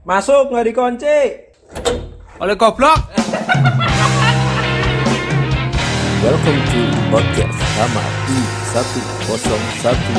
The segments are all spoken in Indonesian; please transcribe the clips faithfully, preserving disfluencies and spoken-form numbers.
Masuk nggak dikunci. Oleh goblok. Welcome to podcast Kamar I seratus satu.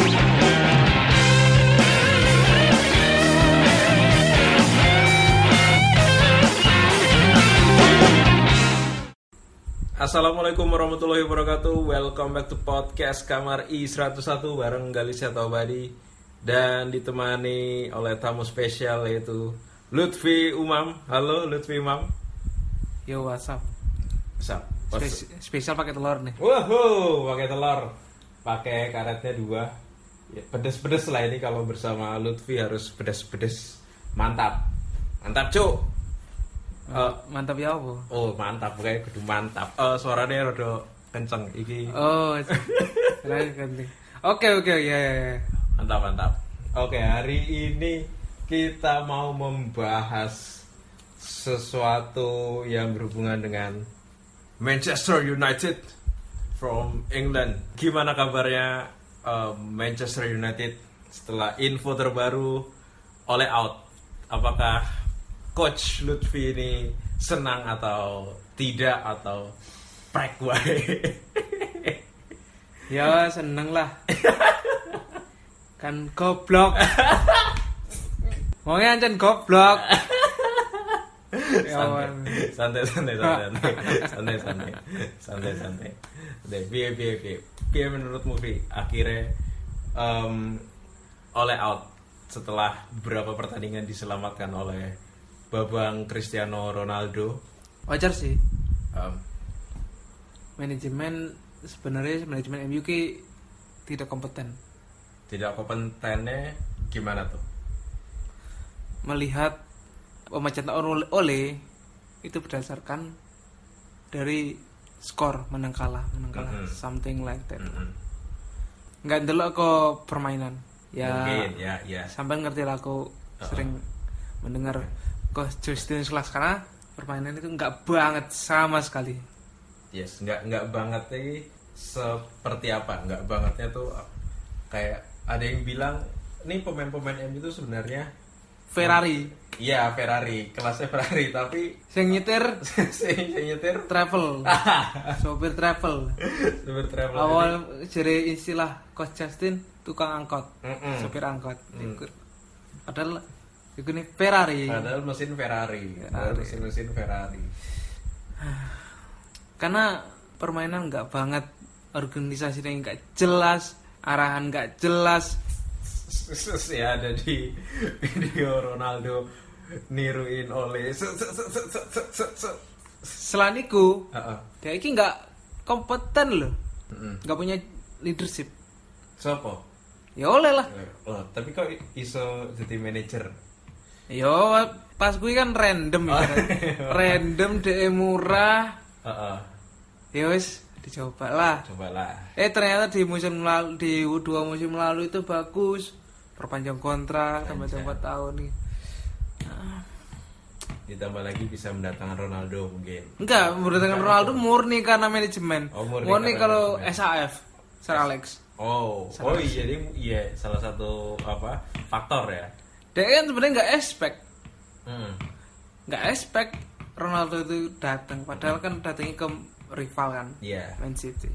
Assalamualaikum warahmatullahi wabarakatuh. Welcome back to podcast Kamar I seratus satu bareng Galisya Taubadi dan ditemani oleh tamu spesial yaitu Lutfi Umam. Halo Lutfi Umam. Yo, what's up? What's Spes- spesial pakai telur nih. Wow, pakai telur. Pakai karetnya dua. Ya, pedes-pedes lah ini kalau bersama Lutfi harus pedes-pedes. Mantap. Mantap, Cuk. Uh, mantap ya apa? Oh mantap, kayak kudu mantap. Uh, suaranya rada kenceng iki. Oh, keren ganti. Oke oke ya ya. Mantap mantap. Oke, hari ini kita mau membahas sesuatu yang berhubungan dengan Manchester United from England. Gimana kabarnya uh, Manchester United setelah info terbaru oleh out? Apakah Coach Lutfi ini senang atau tidak atau prek wae? Ya seneng lah. Kan goblok. Wongnya ancen goblok. Santai santai santai santai santai santai santai santai. Deh, piye piye piye. Piye menurutmu Fi? Akhirnya um, oleh out setelah beberapa pertandingan diselamatkan oleh Babang Cristiano Ronaldo. Wajar sih. Um, Manajemen sebenarnya manajemen M U ki tidak kompeten. Tidak kompetennya gimana tuh? Melihat pemecatan oleh oleh itu berdasarkan dari skor menang kalah menang kalah mm-hmm. something like that. Mm-hmm. Nggak ndelok kok permainan. Ya. Mungkin ya ya. Sampai ngerti lah aku uh-uh. sering mendengar kok Justin Slash karena permainan itu nggak banget sama sekali. Yes, nggak nggak banget ini seperti apa? Nggak bangetnya tuh kayak ada yang bilang nih pemain-pemain M U itu sebenarnya Ferrari. Iya Ferrari, kelasnya Ferrari tapi sing nyetir, sing nyetir travel, sopir travel, sopir travel. Awal jadi istilah Coach Justin tukang angkot, Mm-mm. sopir angkot. Mm. Padahal itu nih Ferrari. Padahal mesin Ferrari. Padahal mesin mesin Ferrari. Karena permainan nggak banget, organisasinya nggak jelas, arahan nggak jelas. Ya ada di video Ronaldo niruin oleh. Selain itu, uh-uh. dia ini nggak kompeten loh, nggak punya leadership. Siapa? Ya oleh lah. Oh, tapi kok iso jadi manajer? Yo, pas gue kan random ya, kan? Random de murah. Uh-uh. Ya wis dicoba lah. Cobalah. Eh ternyata di musim lalu, di dua musim lalu itu bagus, perpanjang kontrak sampai empat tahun nih. Ditambah lagi bisa mendatangkan Ronaldo mungkin. Enggak, mendatangkan Ronaldo murni karena manajemen. Oh, murni, murni kalau manajemen. S A F, Sir Alex. Oh, Sir oh Alex. iya, jadi iya salah satu apa faktor ya. Dia kan sebenarnya nggak expect, Hmm. nggak expect Ronaldo itu datang. Padahal kan datangnya ke rival kan, Iya. Man City.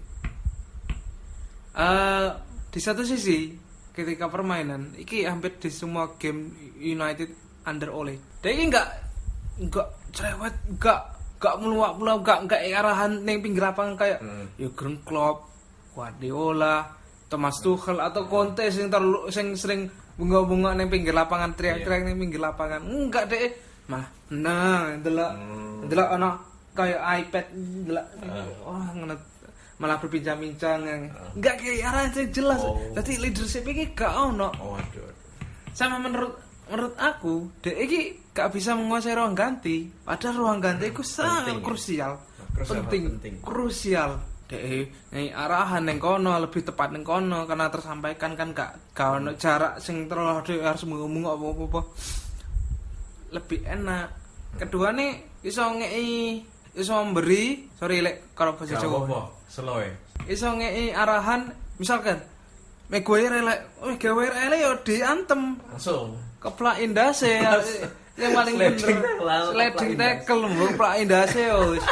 Uh, di satu sisi ketika permainan, iki hampir di semua game United under Ole. Dia ini nggak nggak cerewet, nggak nggak meluap-meluap, nggak nggak arahan neng pinggir lapangan kayak Hmm. Jurgen Klopp, Guardiola, Thomas Tuchel atau Conte sing terlalu sing sering bunga-bunga neng pinggir lapangan, teriak-teriak neng pinggir lapangan. Enggak deh, malah nah delok Hmm. delok ana kayak iPad delok Uh. wah ngono malah berbincang-bincang. Enggak kayak arahan sing jelas. Oh. Dadi leadership iki gak ono. Oh aduh. Sama menurut menurut aku, dek iki gak bisa menguasai ruang ganti. Padahal ruang ganti itu sangat Penting, krusial. Krusial, penting, penting. krusial. Dek nih arahan neng kono lebih tepat neng kono karena tersampaikan kan gak gak ono jarak sing terlalu harus ngomong apa-apa. Lebih enak. Kedua nih iso ngei iso memberi, sorry lek kalau bahasa Jawa. Slow ya. Iso ngei arahan misalkan Maguire elek, oh Maguire elek yo diantem. Langsung. Keplak indase. yang paling Sliding bener. tackle, Sliding Prak tackle mbok Prak Indase wis.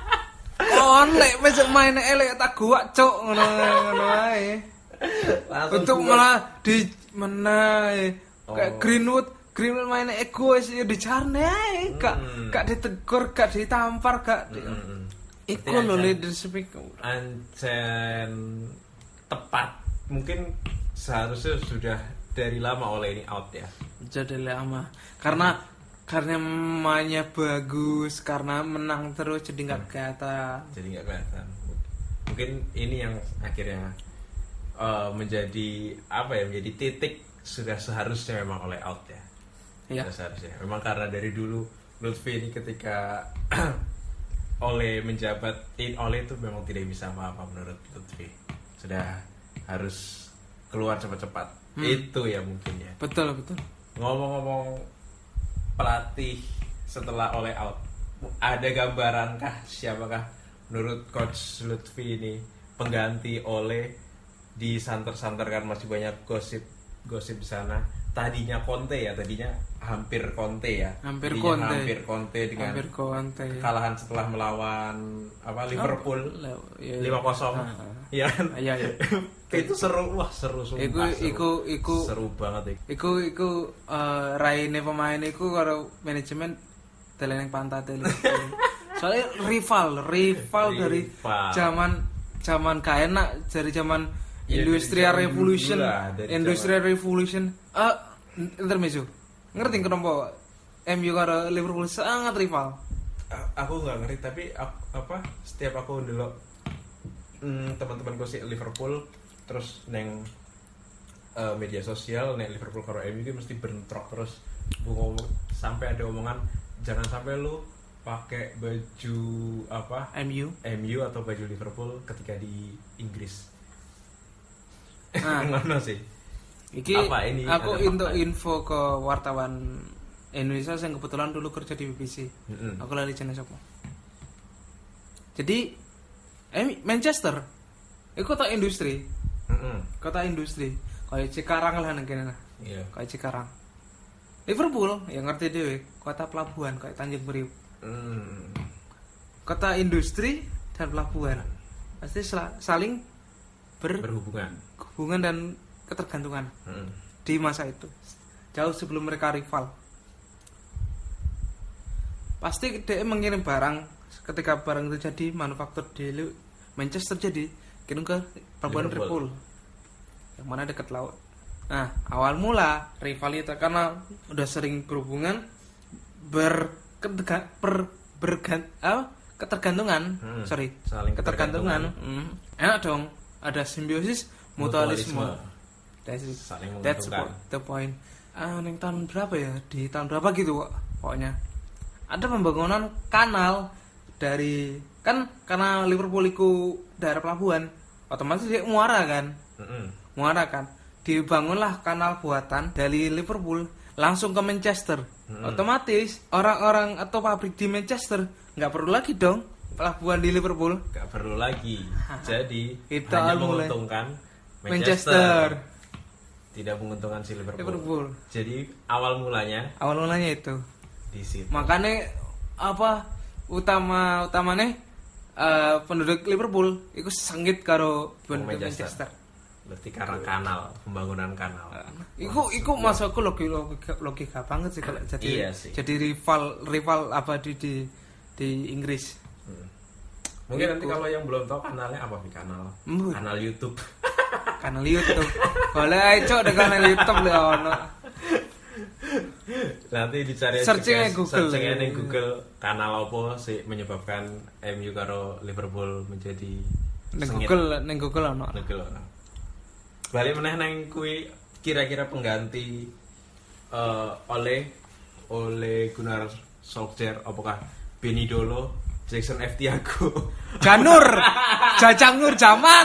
On lek wis main elek tak gua cuk ngono ngono ae. Langsung Untuk gua- malah di menai Oh. kayak Greenwood Greenwood main egois ya dicarne ae, gak Hmm. gak ditegur, gak ditampar, gak di, Mm-mm. iku Berarti lho ancen- leadership iku. Ancen tepat. Mungkin seharusnya sudah dari lama oleh ini out ya. Jadi lama karena karena mainnya bagus, karena menang terus jadi nggak kelihatan. Jadi nggak kelihatan. Mungkin ini yang akhirnya uh, menjadi apa ya? Menjadi titik sudah seharusnya memang oleh out ya. Iya. Sudah seharusnya. Memang karena dari dulu Lutfi ini ketika Ole menjabat in Ole itu memang tidak bisa apa-apa menurut Lutfi. Sudah harus keluar cepat-cepat. Hmm. Itu ya mungkin ya. Betul betul. Ngomong-ngomong pelatih setelah Ole out, ada gambarankah siapakah menurut Coach Lutfi ini pengganti Ole? Disanter-santerkan masih banyak gosip-gosip di sana. Tadinya Conte ya, tadinya hampir Conte ya. Hampir Tadinya Conte. Hampir Conte dengan Hampir Conte. kekalahan setelah melawan apa Liverpool Oh, iya, iya. lima kosong. Ah, ah. Iya kan? Iya iya. Itu seru, wah seru sumpah. Iku seru. iku iku seru banget iku. iku iku eh, raine pemain iku karo manajemen deleng pantate Liverpool. Soalnya rival, rival dari Rival. zaman zaman gak enak dari zaman Ya, Industrial dari zaman Revolution, dulu lah, dari Industrial Revolution. Ah, intermezzo. Ngerti kenapa M U karo Liverpool sangat rival? A- aku nggak ngerti tapi ak- apa setiap aku ndelok mm, teman-temanku sih Liverpool terus neng eh, media sosial neng Liverpool karo M U itu mesti bentrok terus Bu ngomong sampai ada omongan jangan sampai lu pakai baju apa M U. M U atau baju Liverpool ketika di Inggris. Nah. Ngono sih. Iki Apa ini aku ada untuk fakta? info ke wartawan Indonesia yang kebetulan dulu kerja di B B C. Mm-mm. Aku lali jenis apa. Jadi eh, Manchester itu kota industri, Mm-mm. kota industri. Kayak Cikarang lah nang kene lah. Iya. Kayak Cikarang. Liverpool yang ngerti dhewe, kota pelabuhan kayak Tanjung Priok. Mm. Kota industri dan pelabuhan. Pasti sel- saling ber- Berhubungan. hubungan dan ketergantungan Mm. di masa itu. Jauh sebelum mereka rival. Pasti dia mengirim barang ketika barang itu jadi manufaktur di Manchester jadi kirim ke pelabuhan Liverpool. Liverpool yang mana dekat laut. Nah, awal mula rivalitas karena udah sering berhubungan berketerga, per, bergan, apa? ketergantungan, Hmm, sorry, saling ketergantungan. Hmm. Enak dong, ada simbiosis mutualisme. Mutualisme. That's it. Saling That's menguntungkan. what the point. Ah, neng tahun berapa ya? Di tahun berapa gitu kok pokoknya. Ada pembangunan kanal dari kan karena Liverpool itu daerah pelabuhan, otomatis dia muara kan, Mm-mm. muara kan. Dibangunlah kanal buatan dari Liverpool langsung ke Manchester. Hmm. Otomatis orang-orang atau pabrik di Manchester nggak perlu lagi dong pelabuhan di Liverpool. Gak perlu lagi. Jadi Itu hanya mulai. menguntungkan Manchester. Manchester. Tidak menguntungkan si Liverpool. Liverpool. Jadi awal mulanya Awal mulanya itu. di situ. Makanya apa utama utamanya eh, penduduk Liverpool itu sengit karo penduduk Manchester. Manchester. Berarti karena kanal, pembangunan kanal. Iku iku masukku logika, logika logika banget sih kalau jadi Iya sih. jadi rival rival apa di di, di Inggris. Hmm. Mungkin nanti Iku. kalau yang belum tahu kanalnya apa sih kanal? Mbut. Kanal YouTube. Kanal YouTube. Boleh cok ada kanal YouTube le ono. Nanti dicari aja, Searching guys. aja Google. Searching aja ning Google kanal apa sih menyebabkan M U karo Liverpool menjadi Ning sengit. Google ning Google ono. Negel. Balik meneh nang kuwi kira-kira pengganti eh oleh oleh Gunnar Solskjaer apakah Benny Dolo, Jackson F Tiago, Janur. Jajangur zaman.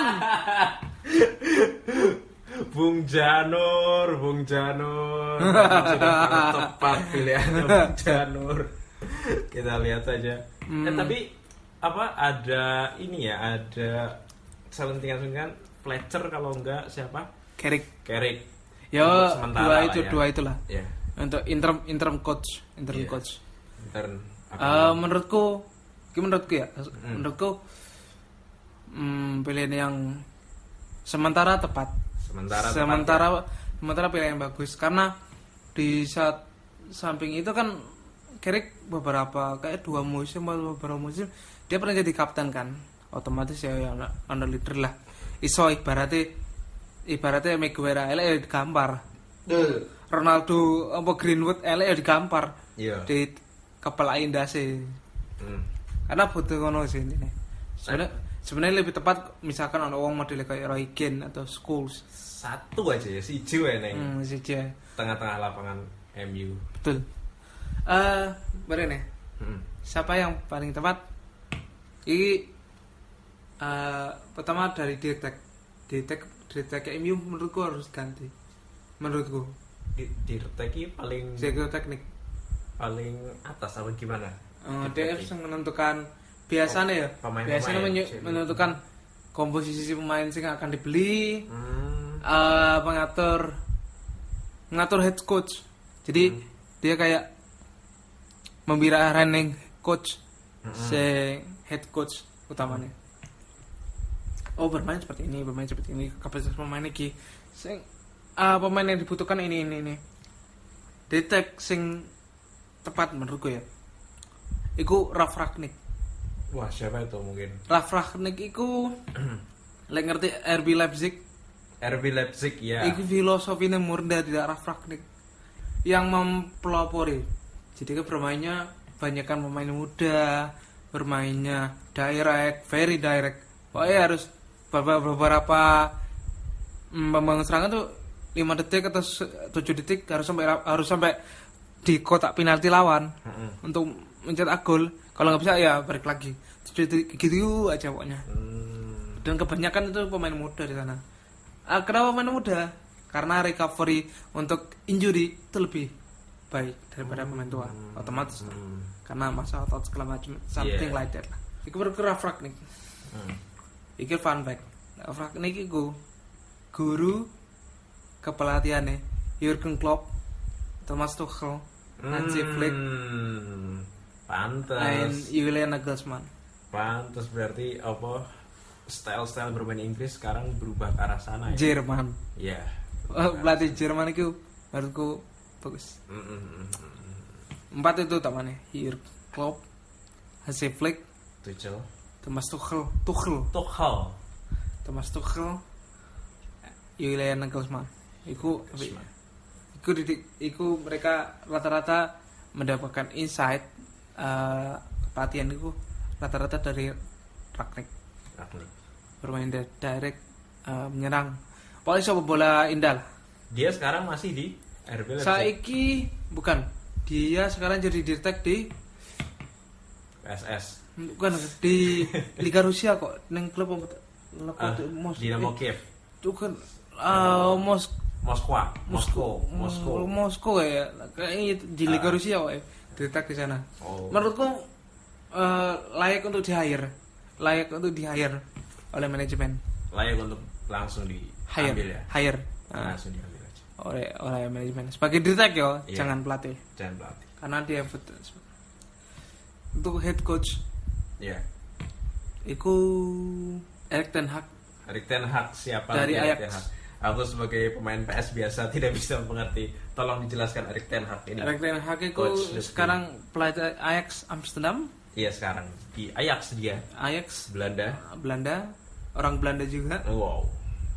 Bung Janur, Bung Janur. Sudah sangat tepat pilihannya Bung Janur. Kita lihat saja. Hmm. Eh, tapi apa ada ini ya, ada selentingan-selentingan Fletcher kalau enggak siapa? Carrick. Carrick. Yo Untuk sementara dua lah itu ya. dua itulah. Ya. Untuk interim interim coach, interim Iya. coach. Intern. Eh, menurutku, ini menurutku ya, Hmm. menurutku hmm, pilihan yang sementara tepat. sementara sementara tepat, sementara pilihan yang bagus karena di saat samping itu kan Carrick beberapa kayak dua musim atau beberapa musim dia pernah jadi kapten kan, otomatis ya yang under leader lah. Iso ibaratnya ibaratnya Maguire elek digampar, ya. Ronaldo apa Greenwood elek digampar Iya. di kepala indase. Hmm. Karena butuh ngono sih ini. Sebenarnya sebenarnya lebih tepat misalkan ono wong model kayak Roy Keane atau Scholes. Satu aja ya, siji wae neng Hmm, siji. tengah-tengah lapangan M U. Betul. Eh, uh, nih. Hmm. Siapa yang paling tepat? Ini uh, pertama dari Dirtek. Dirtek Dirtek M U menurutku harus ganti. Menurutku. Di, di Reteki paling Jago teknik. paling atas apa gimana? Uh, Di D F Reteki. yang menentukan biasanya ya. Pemain-pemain, Biasanya menye- jadi. menentukan komposisi pemain sing akan dibeli. Hmm. Uh, mengatur mengatur head coach. Jadi Hmm. dia kayak membira running coach, Hmm. si head coach utamanya. Oh bermain seperti ini, bermain seperti ini, kapasitas pemainnya ki. Sing uh, pemain yang dibutuhkan ini ini ini. Detek sing tepat menurutku ya. Iku Ralf Rangnick. Wah, siapa itu mungkin? Ralf Rangnick iku lek ngerti R B Leipzig. R B Leipzig ya. Iku filosofinya murni dari Ralf Rangnick yang mempelopori. Jadi kan bermainnya banyakkan pemain muda, bermainnya direct, very direct. Pokoknya harus beberapa, beberapa mm, membangun serangan tuh lima detik atau tujuh detik harus sampai harus sampai di kotak penalti lawan Mm-mm. untuk mencetak gol. Kalau nggak bisa ya balik lagi. tujuh detik gitu aja pokoknya. Hmm. Dan kebanyakan itu pemain muda di sana. Ah, kenapa pemain muda? Karena recovery untuk injury itu lebih baik daripada pemain tua, otomatis. Hmm. Karena masa otot segala macam, something Yeah. like that lah. Iku bergerak nih. Hmm. Iki fun fact. Ralf Rangnick iku guru kepelatihannya Jurgen Klopp, Thomas Tuchel, Hansi Flick, Hmm. dan Pantes. Julian Nagelsmann. Pantes berarti apa style-style bermain Inggris sekarang berubah ke arah sana ya. Jerman. Iya. Oh, pelatih Jerman itu menurutku bagus. Mm, mm, mm, mm. Empat itu tamannya Jurgen Klopp, Hansi Flick, Tuchel. Thomas Tuchel, Tuchel, Tuchel. Thomas Tuchel, Julian Nagelsmann. Iku Nagelsmann. iku didik, iku mereka rata-rata mendapatkan insight uh, pelatihan itu rata-rata dari Rangnick. Rangnick. Bermain di- direct uh, menyerang. Pokoknya sepak bola indah lah. Dia sekarang masih di R B Leipzig. Saiki bukan. Dia sekarang jadi dirtek di P S S. bukan di Liga Rusia kok, neng klub apa? Ah, Mos- Dinamo eh, Kiev. Itu kan uh, Mos Moskwa. Moskow. Moskow. Moskow. Moskow ya. Kayaknya itu di Liga Ah. Rusia kok ya. Dirtek di sana. Oh. Menurutku uh, layak untuk di hire. Layak untuk di hire oleh manajemen. Layak untuk langsung Hire, diambil ya. hire. Ah, Langsung diambil aja. oleh oleh manajemen. Sebagai dirtek yo, Iya. jangan pelatih. Jangan pelatih. Karena dia betul. Untuk head coach Iya. iku Erik ten Hag. Erik ten Hag siapa Dari lagi Erik Ajax. ten Hag? Aku sebagai pemain P S biasa tidak bisa mengerti. Tolong dijelaskan Erik ten Hag ini. Erik ten Hag itu Coach Lusky. sekarang pelatih Ajax Amsterdam, Iya sekarang di Ajax dia Ajax Belanda. Belanda, orang Belanda juga. Wow.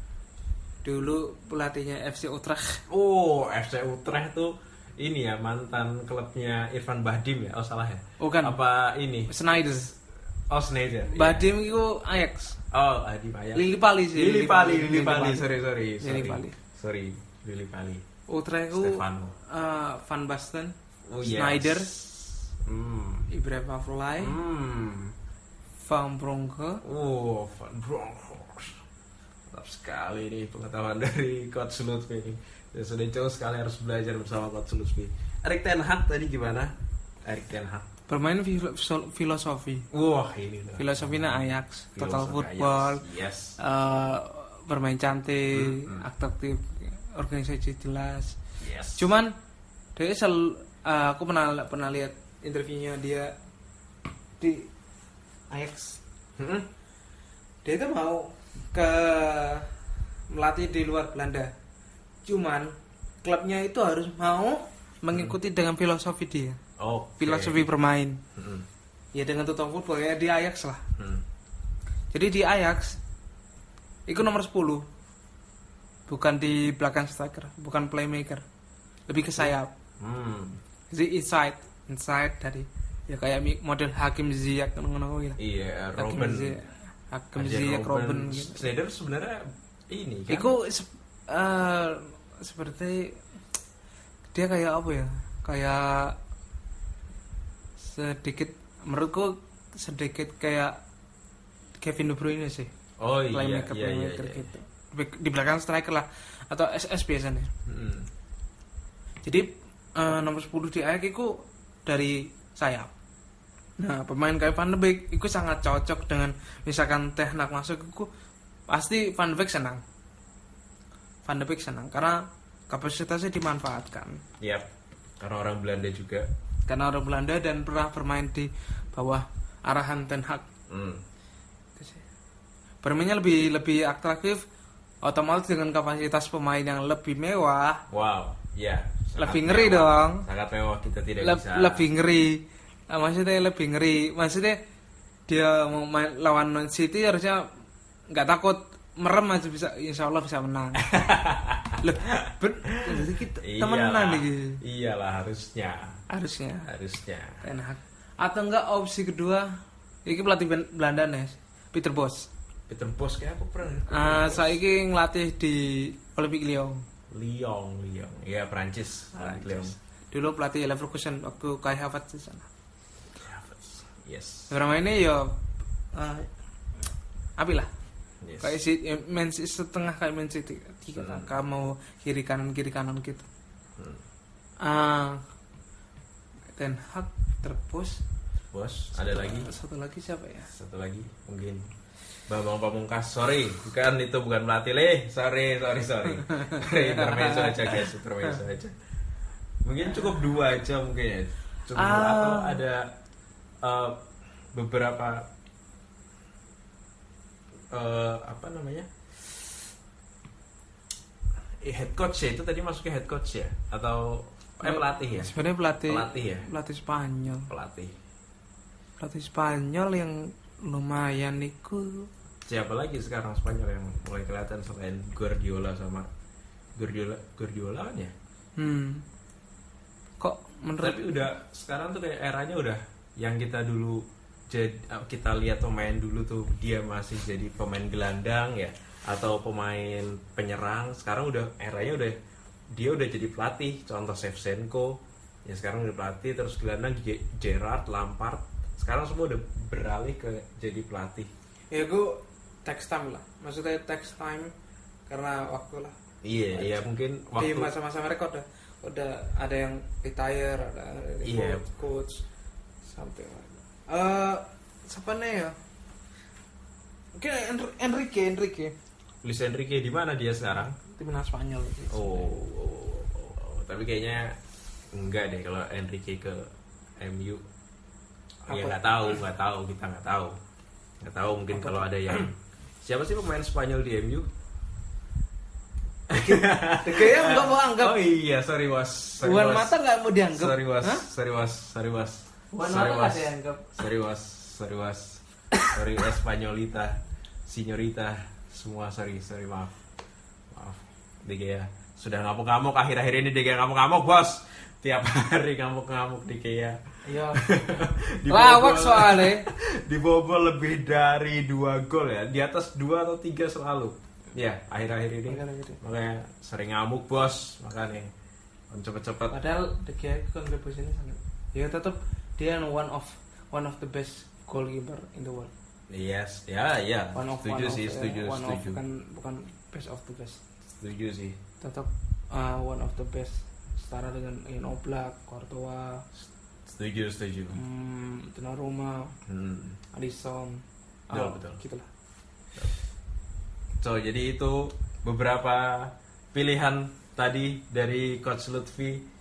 Dulu pelatihnya F C Utrecht. Oh, F C Utrecht tuh ini ya mantan klubnya Irfan Bahdim ya? Oh salah ya? Bukan. Apa ini? Schneider. Oh Schneider. iya. Bahdim itu Ajax. Oh, Bahdim Ajax. Lili Pali sih. Lili Pali, Lili Pali. Sorry, sorry, sorry. Lili Pali. Sorry, Lili Pali. Utrecht itu Stefano. uh, Van Basten, Oh yes. Schneider, Hmm. Ibrahim Afellay, Hmm. Van Bronke. Oh, Van Bronckhorst. Mantap sekali nih pengetahuan dari Coach Lutfi ini. Ya, sudah jauh sekali harus belajar bersama Coach Lutfi. Erik ten Hag tadi gimana? Erik ten Hag. Bermain filo- filosofi. Wah, ini tuh. Filosofinya Ajax, total Filosofi football, Ajax. Yes. uh, bermain cantik, Hmm, hmm. atraktif, organisasi jelas. Yes. Cuman Dia sel, uh, aku pernah pernah lihat interviewnya dia di Ajax. Hmm? Dia itu mau ke melatih di luar Belanda. Cuman klubnya itu harus mau mengikuti dengan filosofi dia. Oh, Filosofi bermain. Hmm. Ya dengan total football ya di Ajax lah. Hmm. Jadi di Ajax itu nomor sepuluh. Bukan di belakang striker, bukan playmaker. Lebih ke sayap. Hmm. Jadi inside, inside dari ya kayak mi- model Hakim Ziyech ngono-ngono gitu. Iya, Hakim Robben. Ziyech, Hakim Arjen Ziyech, Robben. Robben gitu. Sneijder sebenarnya ini kan. Iku se- eh, seperti dia kayak apa ya? Kayak sedikit menurutku sedikit kayak Kevin De Bruyne sih. Oh iya, Playmaker, iya, iya, playmaker iya. gitu. Di- Di belakang striker lah atau S S biasanya. Hmm. Jadi eh, nomor sepuluh di Ajax itu dari sayap. Nah, pemain kayak Van de Beek itu sangat cocok dengan misalkan Ten Hag masuk itu pasti Van de Beek senang. Van de Beek senang karena kapasitasnya dimanfaatkan. Yap. Karena orang Belanda juga. Karena orang Belanda dan pernah bermain di bawah arahan Ten Hag. Hmm. Bermainnya lebih lebih atraktif, otomatis dengan kapasitas pemain yang lebih mewah. Wow, ya. sangat Lebih ngeri mewah. dong. Sangat mewah, kita tidak Le- bisa. lebih ngeri. Nah, maksudnya lebih ngeri. Maksudnya dia mau main lawan Man City harusnya nggak takut merem aja bisa, insya Allah bisa menang. Loh, ben- jadi kita temenan Iyalah, nih. iyalah harusnya, Harusnya. harusnya. Ten Hag. Atau enggak opsi kedua, ini pelatih Ben- Belanda nih, Peter Bos. Peter Bos kayak aku pernah. Ah, saiki ngelatih di Olympique Lyon. Lyon, Lyon, iya Prancis. Lyon. Dulu pelatih Leverkusen waktu Kai Havertz di sana. Yes. Bermain ini ya uh, api lah. Yes. Kayak si eh, Man City setengah kayak Man City. Tiga Hmm. kamu kiri kanan kiri kanan gitu. Hmm. Ah, Ten Hag terpus. Bos, ada lagi? Satu lagi siapa ya? Satu lagi mungkin Bambang Pamungkas. Sorry, bukan itu bukan pelatih leh. Sorry, sorry, sorry. Intermezzo aja guys, intermezzo aja. Mungkin cukup dua aja mungkin ya. Cukup Ah. atau ada uh, beberapa uh, apa namanya? Eh, head coach ya, itu tadi masuknya head coach ya atau eh, pelatih ya? Sebenarnya pelatih Pelatih ya? pelatih Spanyol. Pelatih. Pelatih Spanyol yang lumayan niku. Siapa lagi sekarang Spanyol yang mulai kelihatan selain Guardiola sama Guardiola Guardiola kan ya? Hmm. Kok menurut Tapi udah sekarang tuh kayak eranya udah yang kita dulu jadi kita lihat pemain dulu tuh dia masih jadi pemain gelandang ya atau pemain penyerang, sekarang udah eranya udah dia udah jadi pelatih. Contoh Shevchenko ya sekarang udah pelatih, terus gelandang Ge- Gerrard, Lampard, sekarang semua udah beralih ke jadi pelatih. ya gue text time lah. Maksudnya text time karena waktu lah. Iya, iya mungkin Di waktu masa-masa mereka udah udah ada yang retire, ada Iya. coach, coach something like that. Eh, siapa nih ya? Mungkin Enri- Enrique, Enrique Luis Enrique di mana dia sekarang? timnas Spanyol. Oh, oh, oh, oh, tapi kayaknya enggak deh kalau Enrique ke M U. Ya Apa? nggak tahu, nggak tahu, kita nggak tahu, nggak tahu mungkin kalau ada yang siapa sih pemain Spanyol di M U? Kayaknya nggak mau anggap. Oh iya, sorry was, sorry Buan was. mata nggak mau dianggap. Sorry was, Hah? sorry was, sorry was, Buan sorry mata nggak was, dianggap. sorry was, sorry was, sorry Espanyolita, Signorita, semua sorry, sorry maaf, maaf. D G A sudah ngamuk-ngamuk akhir-akhir ini. D G A ngamuk-ngamuk bos, tiap hari ngamuk-ngamuk D G A. Iya. Dibobol- Lawak soalnya. dibobol lebih dari dua gol ya, di atas dua atau tiga selalu. Ya akhir-akhir ini Akhir-akhir ini. makanya sering ngamuk bos, makanya cepet-cepet. Padahal De Gea kontribusinya sangat. Ya tetap dia one of one of the best goalkeeper in the world. Yes, ya ya. One of Setuju one sih, of, setuju, eh, one setuju. of bukan bukan best of the best. Setuju sih. Tetap uh, one of the best setara dengan Ian Oblak, Courtois, Setuju, setuju. hmm, Donnarumma, Hmm. Alisson. Betul, Ah, betul. Gitulah. So, jadi itu beberapa pilihan tadi dari Coach Lutfi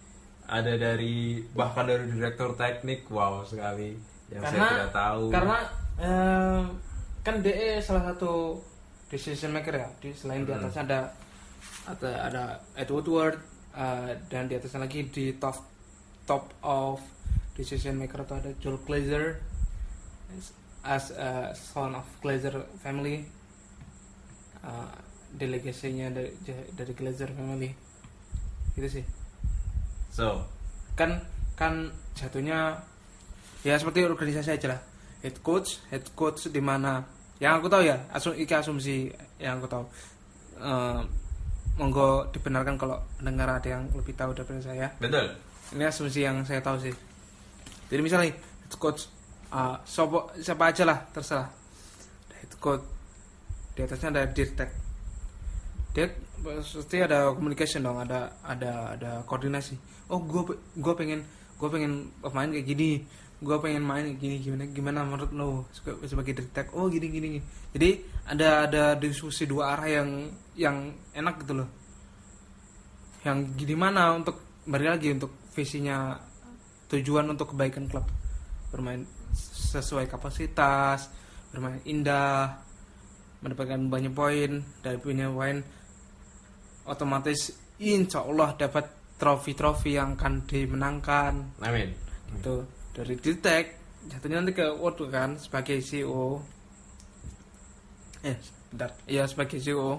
ada dari bahkan dari direktur teknik, wow sekali yang karena, saya tidak tahu. Karena eh, kan D E salah satu decision maker ya. Di, selain hmm. di atasnya ada ada ada Ed Woodward uh, dan di atasnya lagi di top top of decision maker itu ada Joel Glazer as a son of Glazer family. Uh, delegasinya dari dari Glazer family itu sih. So kan kan jatuhnya ya seperti organisasi aja lah, head coach head coach di mana yang aku tahu ya, asum iki asumsi yang aku tahu. Uh, monggo dibenarkan kalau pendengar ada yang lebih tahu daripada saya. Betul. Ini asumsi yang saya tahu sih. Jadi misalnya head coach uh, sopo, siapa aja lah terserah. Head coach di atasnya ada dirtek. Dia pasti ada communication dong, ada ada ada koordinasi. Oh, gue gue pengen gue pengen main kayak gini, gue pengen main kayak gini, gimana gimana menurut lo sebagai dirtek? Oh gini gini. Jadi ada ada diskusi dua arah yang yang enak gitu loh. Yang gimana untuk balik lagi untuk visinya, tujuan untuk kebaikan klub, bermain sesuai kapasitas, bermain indah, mendapatkan banyak poin, dari punya poin otomatis insya Allah dapat trofi-trofi yang akan dimenangkan. Amin. Itu dari Dirtek jatuhnya nanti ke Woodward kan sebagai C E O. Eh, bentar. Ya sebagai C E O.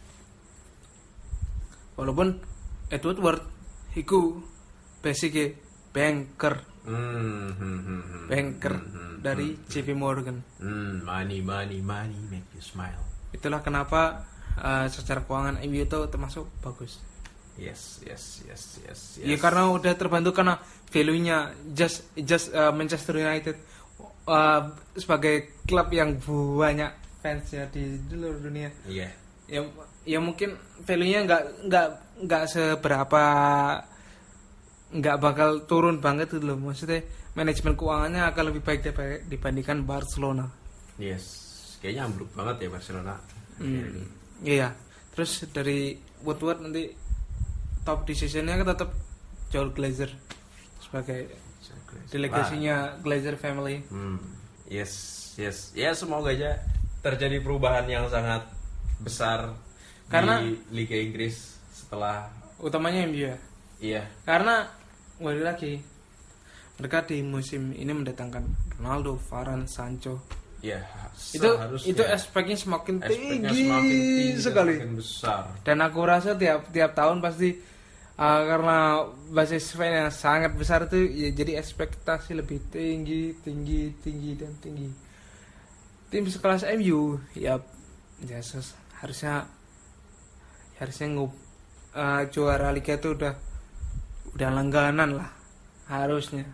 Walaupun Edward Ward iku basicnya banker. Hmm, hmm, hmm, hmm. Banker hmm, hmm, dari hmm, J P Morgan. Hmm, money, money, money make you smile. Itulah kenapa uh, secara keuangan M U itu termasuk bagus. Yes, yes, yes, yes, yes. Ya karena udah terbantu karena value-nya just just uh, Manchester United uh, sebagai klub yang banyak fansnya di seluruh dunia. Iya. Yeah. Ya ya mungkin value-nya nggak nggak nggak seberapa, nggak bakal turun banget gitu loh. Maksudnya manajemen keuangannya akan lebih baik dibandingkan Barcelona. Yes, kayaknya ambruk banget ya Barcelona. Hmm. Iya. Terus dari Woodward nanti top decision-nya kan tetap Joel Glazer sebagai delegasinya Glazer family. Hmm. Yes, yes. Ya semoga aja terjadi perubahan yang sangat besar karena di Liga Inggris setelah utamanya M U ya. Iya. Karena kembali lagi mereka di musim ini mendatangkan Ronaldo, Varane, Sancho. Ya, itu itu aspeknya semakin aspeknya tinggi, semakin tinggi sekali, semakin besar. Dan aku rasa tiap tiap tahun pasti uh, karena basis fan yang sangat besar itu ya, jadi ekspektasi lebih tinggi, tinggi, tinggi dan tinggi. Tim sekelas M U ya, ya harusnya harusnya ngub, uh, juara liga itu udah udah langganan lah harusnya.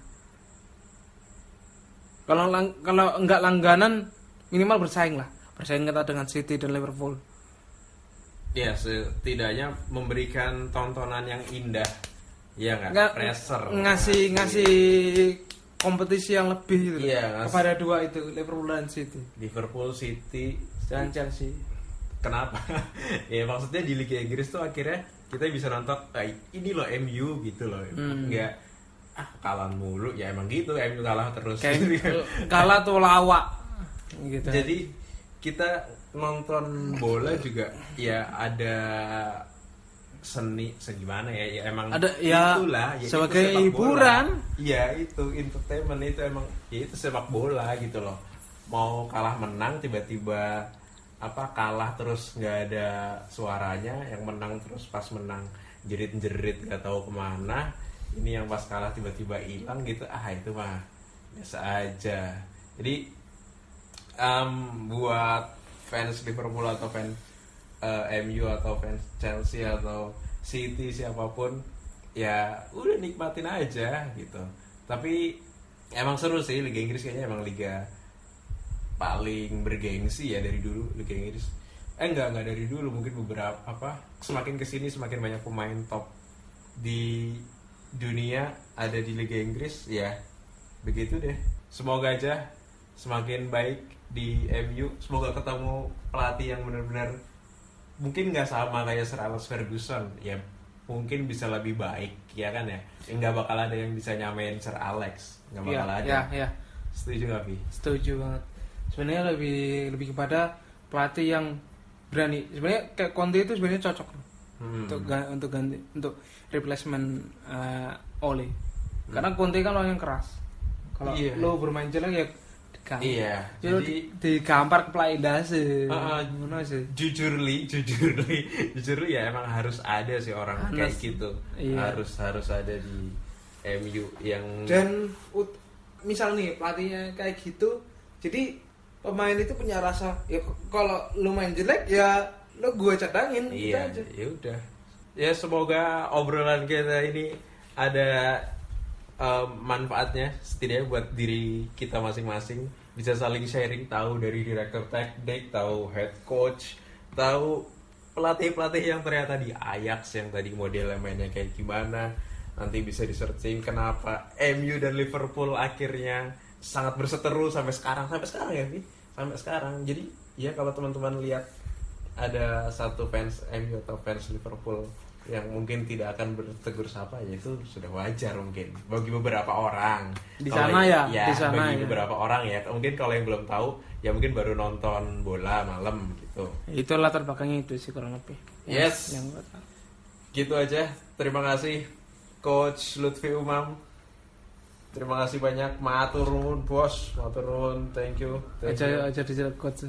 Kalau lang, kalau enggak langganan minimal bersaing lah, bersaing kita dengan City dan Liverpool. Ya, setidaknya memberikan tontonan yang indah. Ya kan? Nggak, pressure. Ngasih ngasih kompetisi yang lebih gitu. Iya, kepada dua itu, Liverpool dan City. Liverpool, City dan Chelsea. Kenapa? Ya maksudnya di Liga Inggris tuh akhirnya kita bisa nonton kayak ini loh M U gitu loh. Hmm. Enggak ah kalah mulu ya emang gitu, M U kalah terus. Kayak kalah tuh lawak gitu. Jadi kita nonton bola juga ya ada seni segimana ya, ya emang ada ya itulah ya, sebagai itu hiburan. Iya itu entertainment, itu emang ya itu sepak bola gitu loh. Mau kalah menang tiba-tiba apa kalah terus nggak ada suaranya, yang menang terus pas menang jerit-jerit nggak tahu kemana, ini yang pas kalah tiba-tiba hilang gitu, ah itu mah biasa aja. Jadi um, buat fans Liverpool atau fans uh, M U atau fans Chelsea atau City siapapun ya udah nikmatin aja gitu. Tapi emang seru sih Liga Inggris, kayaknya emang liga paling bergengsi ya dari dulu Liga Inggris. Eh enggak enggak dari dulu, mungkin beberapa apa semakin kesini semakin banyak pemain top di dunia ada di Liga Inggris ya. Begitu deh. Semoga aja semakin baik di M U. Semoga ketemu pelatih yang benar-benar mungkin nggak sama kayak Sir Alex Ferguson ya, mungkin bisa lebih baik, ya kan ya. Nggak bakal ada yang bisa nyamain Sir Alex, nggak bakal ya, ada. ya, ya. Setuju nggak, Vi? Setuju banget. Sebenarnya lebih lebih kepada pelatih yang berani. Sebenarnya kayak Conte itu sebenarnya cocok hmm. untuk untuk ganti untuk replacement uh, Ole. Hmm. Karena Conte kan orang yang keras. Kalau iya. lo bermain jelek ya digampar. Iya. Jadi, jadi digampar ke pelatih sih. Uh, Gimana sih? Jujur li, jujur li, jujur li ya emang harus ada sih orang Anas. Kayak gitu. Iya. Harus harus ada di M U yang dan ut- misal nih pelatihnya kayak gitu, jadi pemain itu punya rasa ya kalau lu main jelek ya lu gua cadangin. Iya, ya udah. Ya semoga obrolan kita ini ada um, manfaatnya setidaknya buat diri kita masing-masing, bisa saling sharing, tahu dari direktur teknik, tahu head coach, tahu pelatih-pelatih yang ternyata di Ajax yang tadi modelnya mainnya kayak gimana. Nanti bisa di-searching kenapa M U dan Liverpool akhirnya sangat berseteru sampai sekarang sampai sekarang ya, Vi? Sampai sekarang. Jadi ya kalau teman-teman lihat ada satu fans M U atau fans Liverpool yang mungkin tidak akan bertegur sapa, ya itu sudah wajar mungkin bagi beberapa orang. Di sana ya, ya di sana bagi ya. beberapa orang ya. Mungkin kalau yang belum tahu ya mungkin baru nonton bola malam gitu. Itu latar belakangnya itu sih kurang lebih. Yes. Yang, yang gitu aja. Terima kasih Coach Lutfi Umam. Terima kasih banyak. Matur nuwun, Bos. Matur nuwun. Thank you. Thank aja you. aja di coach.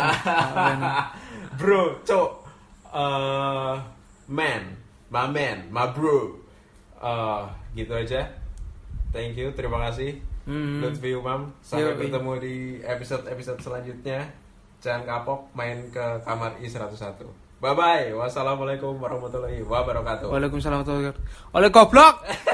Bro, cok. Uh, man, my man, my bro. Uh, gitu aja. Thank you. Terima kasih. Hmm. Lutfi Umam. Sampai Yo, bertemu di episode-episode selanjutnya. Jangan kapok main ke kamar I seratus satu. Bye bye. Wassalamualaikum warahmatullahi wabarakatuh. Waalaikumsalam warahmatullahi wabarakatuh. Oleh goblok.